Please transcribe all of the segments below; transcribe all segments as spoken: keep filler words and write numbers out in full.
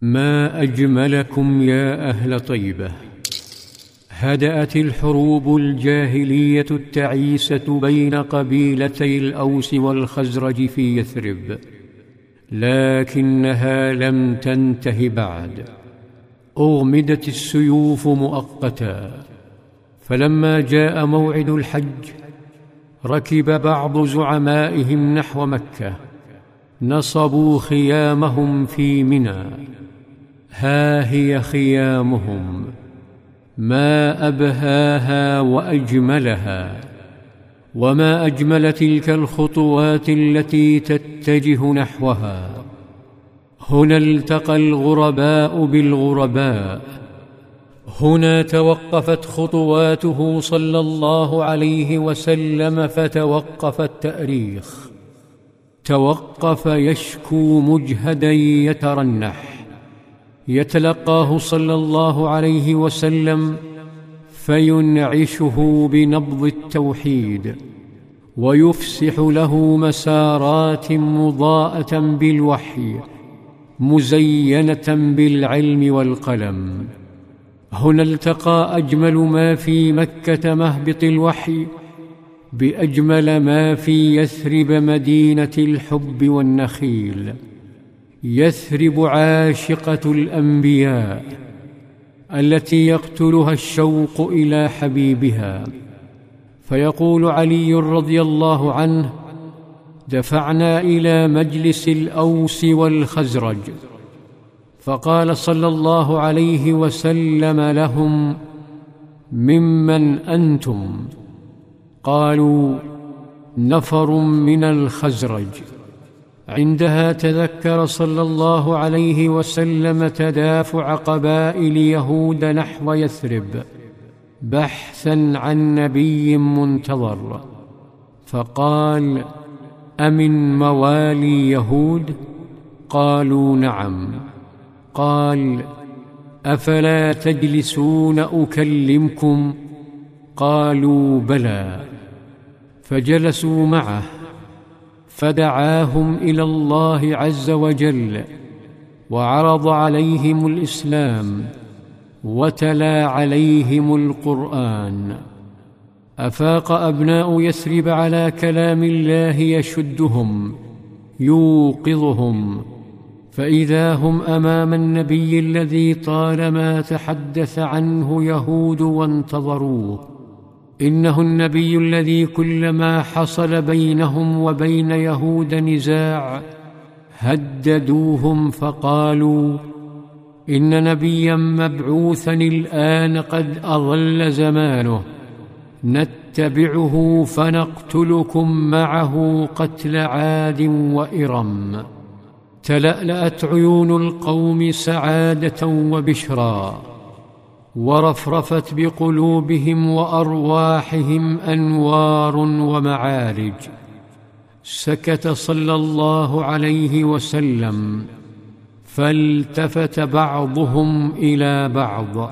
ما أجملكم يا أهل طيبة. هدأت الحروب الجاهلية التعيسة بين قبيلتي الأوس والخزرج في يثرب، لكنها لم تنته بعد. أغمدت السيوف مؤقتا، فلما جاء موعد الحج ركب بعض زعمائهم نحو مكة، نصبوا خيامهم في منى. ها هي خيامهم، ما أبهاها وأجملها، وما أجمل تلك الخطوات التي تتجه نحوها. هنا التقى الغرباء بالغرباء، هنا توقفت خطواته صلى الله عليه وسلم فتوقف التأريخ، توقف يشكو مجهدا يترنح. يتلقاه صلى الله عليه وسلم فينعشه بنبض التوحيد، ويفسح له مسارات مضاءة بالوحي مزينة بالعلم والقلم. هنا التقى أجمل ما في مكة مهبط الوحي بأجمل ما في يثرب مدينة الحب والنخيل. يثرب عاشقة الأنبياء التي يقتلها الشوق إلى حبيبها. فيقول علي رضي الله عنه: دفعنا إلى مجلس الأوس والخزرج، فقال صلى الله عليه وسلم لهم: ممن أنتم؟ قالوا: نفر من الخزرج. عندها تذكر صلى الله عليه وسلم تدافع قبائل يهود نحو يثرب بحثا عن نبي منتظر، فقال: أمن موالي يهود؟ قالوا: نعم. قال: أفلا تجلسون أكلمكم؟ قالوا: بلى. فجلسوا معه فدعاهم إلى الله عز وجل، وعرض عليهم الإسلام، وتلا عليهم القرآن. أفاق أبناء يثرب على كلام الله يشدهم يوقظهم، فإذا هم أمام النبي الذي طالما تحدث عنه يهود وانتظروه. إنه النبي الذي كلما حصل بينهم وبين يهود نزاع هددوهم فقالوا: إن نبيا مبعوثا الآن قد أضل زمانه، نتبعه فنقتلكم معه قتل عاد وإرم. تلألأت عيون القوم سعادة وبشرا، ورفرفت بقلوبهم وأرواحهم أنوار ومعارج. سكت صلى الله عليه وسلم، فالتفت بعضهم إلى بعض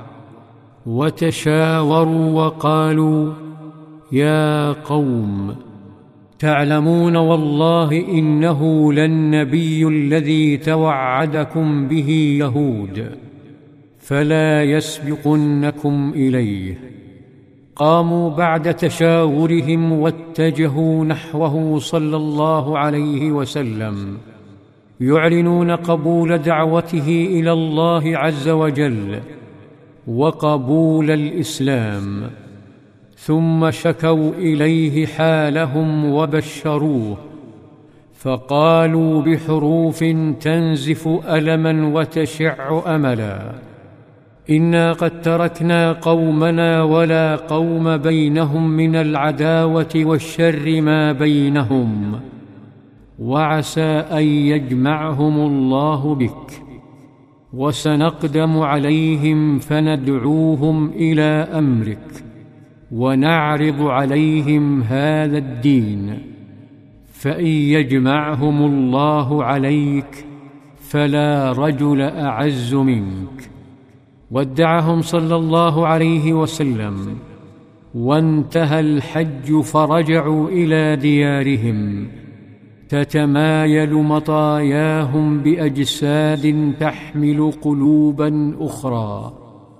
وتشاوروا وقالوا: يا قوم، تعلمون والله إنه للنبي الذي توعدكم به يهود، فلا يسبقنكم إليه. قاموا بعد تشاورهم واتجهوا نحوه صلى الله عليه وسلم، يعلنون قبول دعوته إلى الله عز وجل وقبول الإسلام. ثم شكوا إليه حالهم وبشروه، فقالوا بحروف تنزف ألما وتشع أملا: إنا قد تركنا قومنا ولا قوم بينهم من العداوة والشر ما بينهم، وعسى أن يجمعهم الله بك، وسنقدم عليهم فندعوهم إلى أمرك، ونعرض عليهم هذا الدين، فإن يجمعهم الله عليك فلا رجل أعز منك. ودعهم صلى الله عليه وسلم، وانتهى الحج فرجعوا إلى ديارهم، تتمايل مطاياهم بأجساد تحمل قلوبا أخرى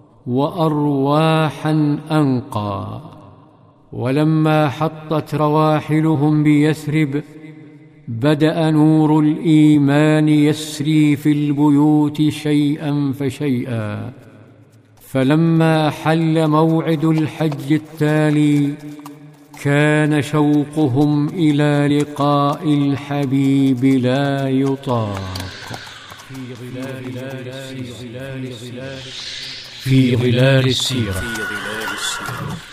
وأرواحا أنقى. ولما حطت رواحلهم بيثرب بدأ نور الإيمان يسري في البيوت شيئا فشيئا. فلما حل موعد الحج التالي كان شوقهم إلى لقاء الحبيب لا يطاق. في ظلال السيرة.